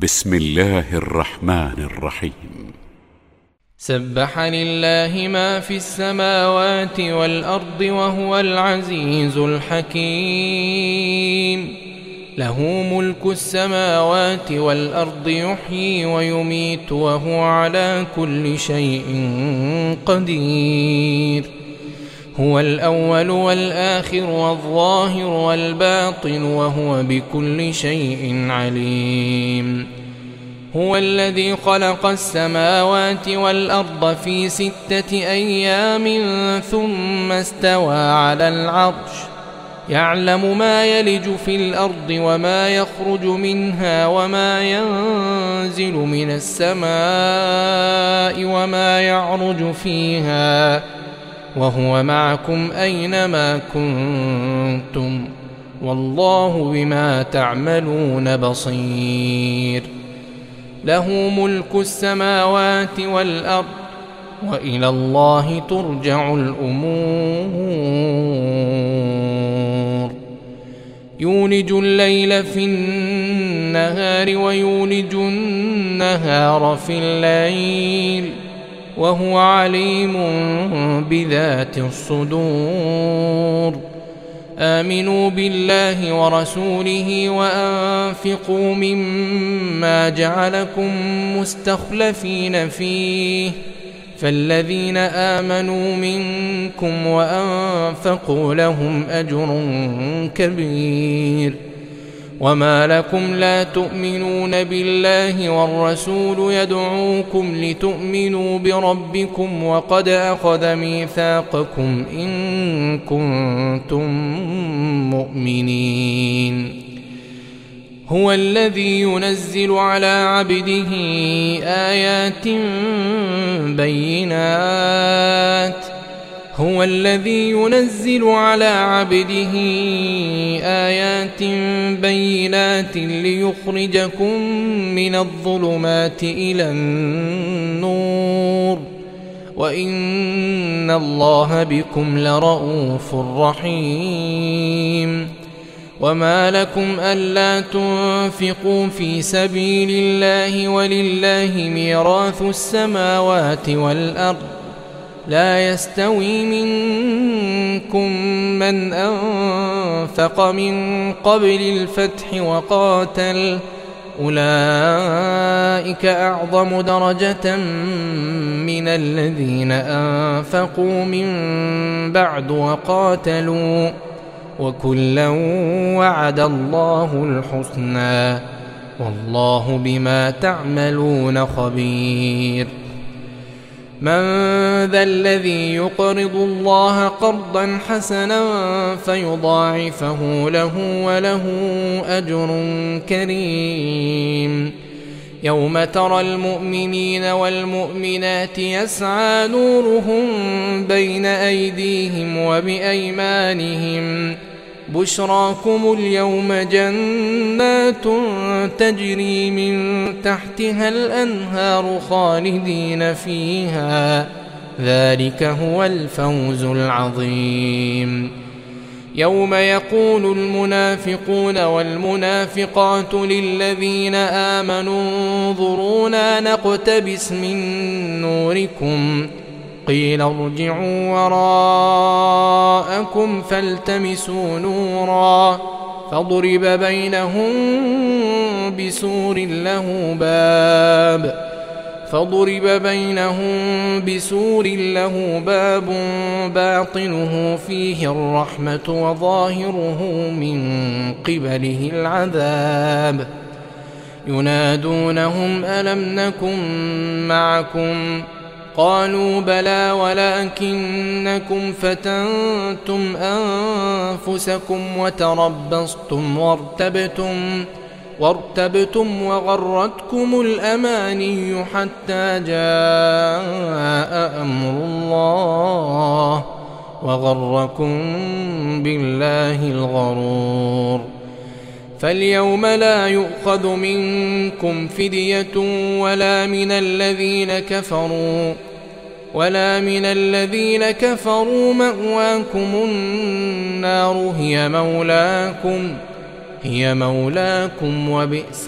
بسم الله الرحمن الرحيم. سبح لله ما في السماوات والأرض وهو العزيز الحكيم. له ملك السماوات والأرض يحيي ويميت وهو على كل شيء قدير. هو الأول والآخر والظاهر والباطن وهو بكل شيء عليم. هو الذي خلق السماوات والأرض في 6 أيام ثم استوى على العرش يعلم ما يلج في الأرض وما يخرج منها وما ينزل من السماء وما يعرج فيها وهو معكم أينما كنتم والله بما تعملون بصير. له ملك السماوات والأرض وإلى الله ترجع الأمور. يولج الليل في النهار ويولج النهار في الليل وهو عليم بذات الصدور. آمنوا بالله ورسوله وأنفقوا مما جعلكم مستخلفين فيه فالذين آمنوا منكم وأنفقوا لهم أجر كبير. وما لكم لا تؤمنون بالله والرسول يدعوكم لتؤمنوا بربكم وقد أخذ ميثاقكم إن كنتم مؤمنين. هو الذي ينزل على عبده آيات بينات ليخرجكم من الظلمات إلى النور وإن الله بكم لرءوف رحيم. وما لكم ألا تنفقوا في سبيل الله ولله ميراث السماوات والأرض لا يستوي منكم من أنفق من قبل الفتح وقاتل أولئك أعظم درجة من الذين أنفقوا من بعد وقاتلوا وكلا وعد الله الحسنى والله بما تعملون خبير. من ذا الذي يقرض الله قرضا حسنا فيضاعفه له وله أجر كريم. يوم ترى المؤمنين والمؤمنات يسعى نورهم بين أيديهم وبأيمانهم بشراكم اليوم جنات تجري من تحتها الأنهار خالدين فيها ذلك هو الفوز العظيم. يوم يقول المنافقون والمنافقات للذين آمنوا انظرونا نقتبس من نوركم قيل ارجعوا وراءكم فالتمسوا نورا فضرب بينهم بسور له باب باطنه فيه الرحمة وظاهره من قبله العذاب. ينادونهم ألم نكن معكم قالوا بلى ولكنكم فتنتم أنفسكم وتربصتم وارتبتم وغرتكم الأماني حتى جاء أمر الله وغركم بالله الغرور. فاليوم لا يؤخذ منكم فدية ولا من الذين كفروا مأواكم النار هي مولاكم هي مولاكم وبئس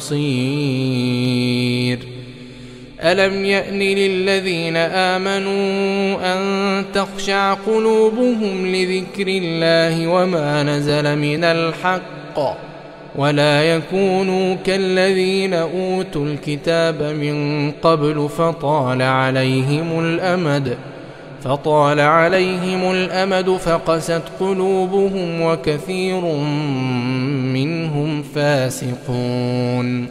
المصير. ألم يأن للذين آمنوا أن تخشع قلوبهم لذكر الله وما نزل من الحق ولا يكونوا كالذين أوتوا الكتاب من قبل فطال عليهم الأمد فقست قلوبهم وكثير منهم فاسقون.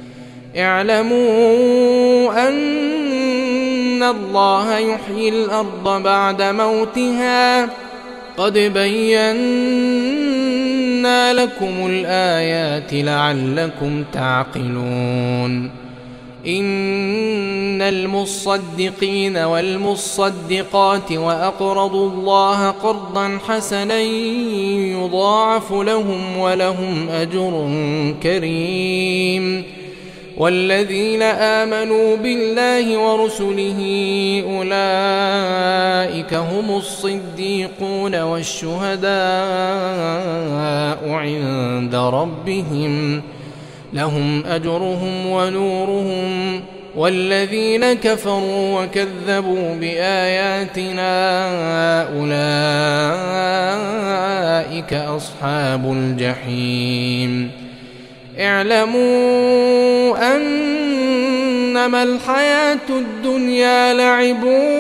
اعلموا أن الله يحيي الأرض بعد موتها قد بينا لكم الآيات لعلكم تعقلون. إن المصدقين والمصدقات وأقرضوا الله قرضا حسنا يضاعف لهم ولهم أجر كريم. والذين آمنوا بالله ورسله أولئك هم الصديقون والشهداء عند ربهم لهم أجرهم ونورهم. والذين كفروا وكذبوا بآياتنا أولئك أصحاب الجحيم. اعلموا أنما الحياة الدنيا لعب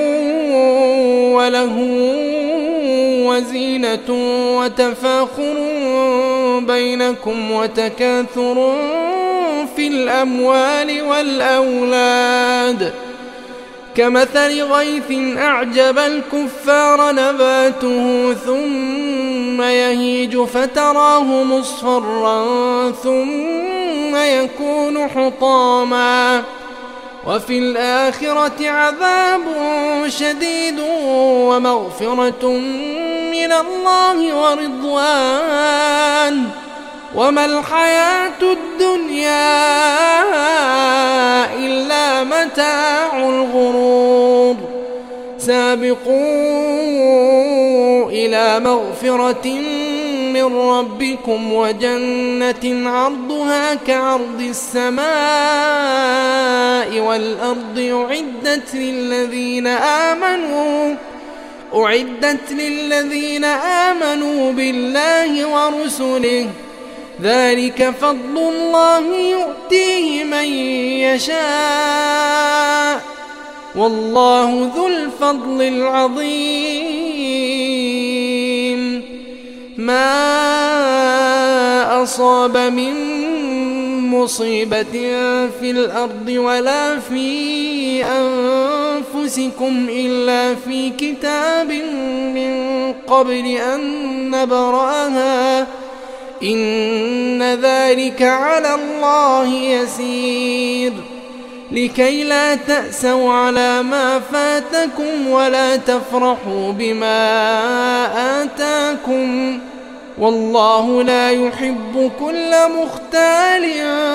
ولهو وزينة وتفاخر بينكم وتكاثر في الأموال والأولاد كمثل غيث أعجب الكفار نباته ثم يهيج فتراه مصفرا ثم يكون حطاما وفي الآخرة عذاب شديد ومغفرة من الله ورضوان وما الحياة الدنيا إلا متاع الغرور. سابقوا إلى مغفرة من ربكم وجنة عرضها كعرض السماء والأرض أعدت للذين آمنوا بالله ورسله ذلك فضل الله يؤتيه من يشاء والله ذو الفضل العظيم. ما أصاب من مصيبة في الأرض ولا في أنفسكم إلا في كتاب من قبل أن نبرأها إن ذلك على الله يسير. لكي لا تأسوا على ما فاتكم ولا تفرحوا بما آتاكم والله لا يحب كل مختال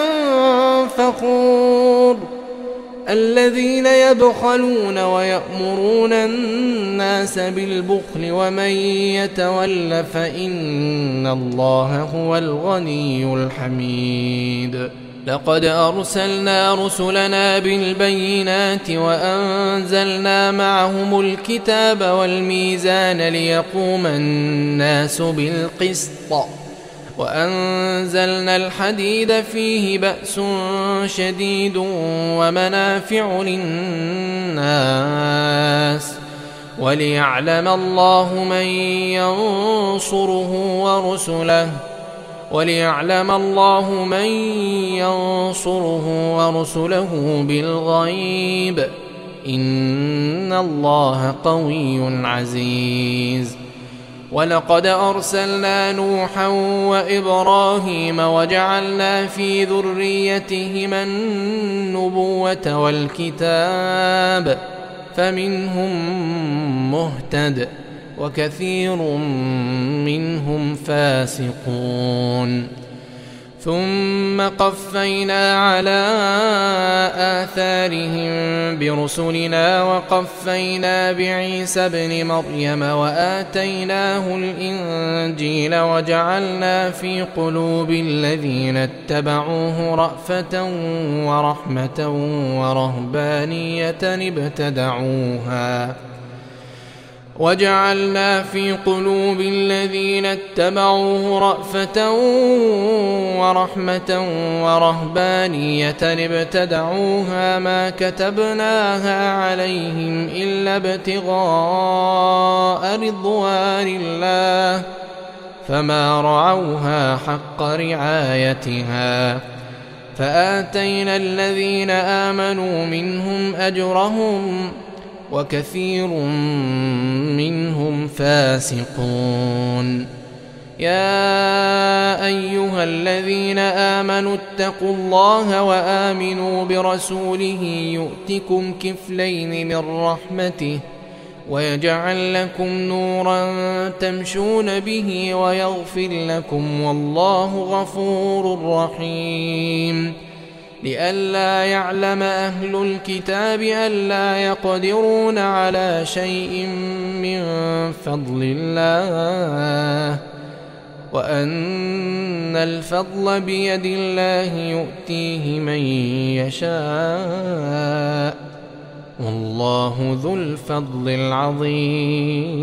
فخور. الذين يبخلون ويأمرون الناس بالبخل ومن يتول فإن الله هو الغني الحميد. لقد أرسلنا رسلنا بالبينات وأنزلنا معهم الكتاب والميزان ليقوم الناس بالقسط وأنزلنا الحديد فيه بأس شديد ومنافع للناس وليعلم الله من ينصره ورسله بالغيب إن الله قوي عزيز. ولقد أرسلنا نوحا وإبراهيم وجعلنا في ذريتهما النبوة والكتاب فمنهم مهتد وكثير منهم فاسقون. ثم قفينا على آثارهم برسلنا وقفينا بعيسى ابن مريم وآتيناه الإنجيل وجعلنا في قلوب الذين اتبعوه رأفة ورحمة ورهبانية ابتدعوها ما كتبناها عليهم إلا ابتغاء رضوان الله فما رعوها حق رعايتها فآتينا الذين آمنوا منهم أجرهم وكثير منهم فاسقون. يا أيها الذين آمنوا اتقوا الله وآمنوا برسوله يؤتكم كفلين من رحمته ويجعل لكم نورا تمشون به ويغفر لكم والله غفور رحيم. لئلا يعلم أهل الكتاب ألا يقدرون على شيء من فضل الله وأن الفضل بيد الله يؤتيه من يشاء والله ذو الفضل العظيم.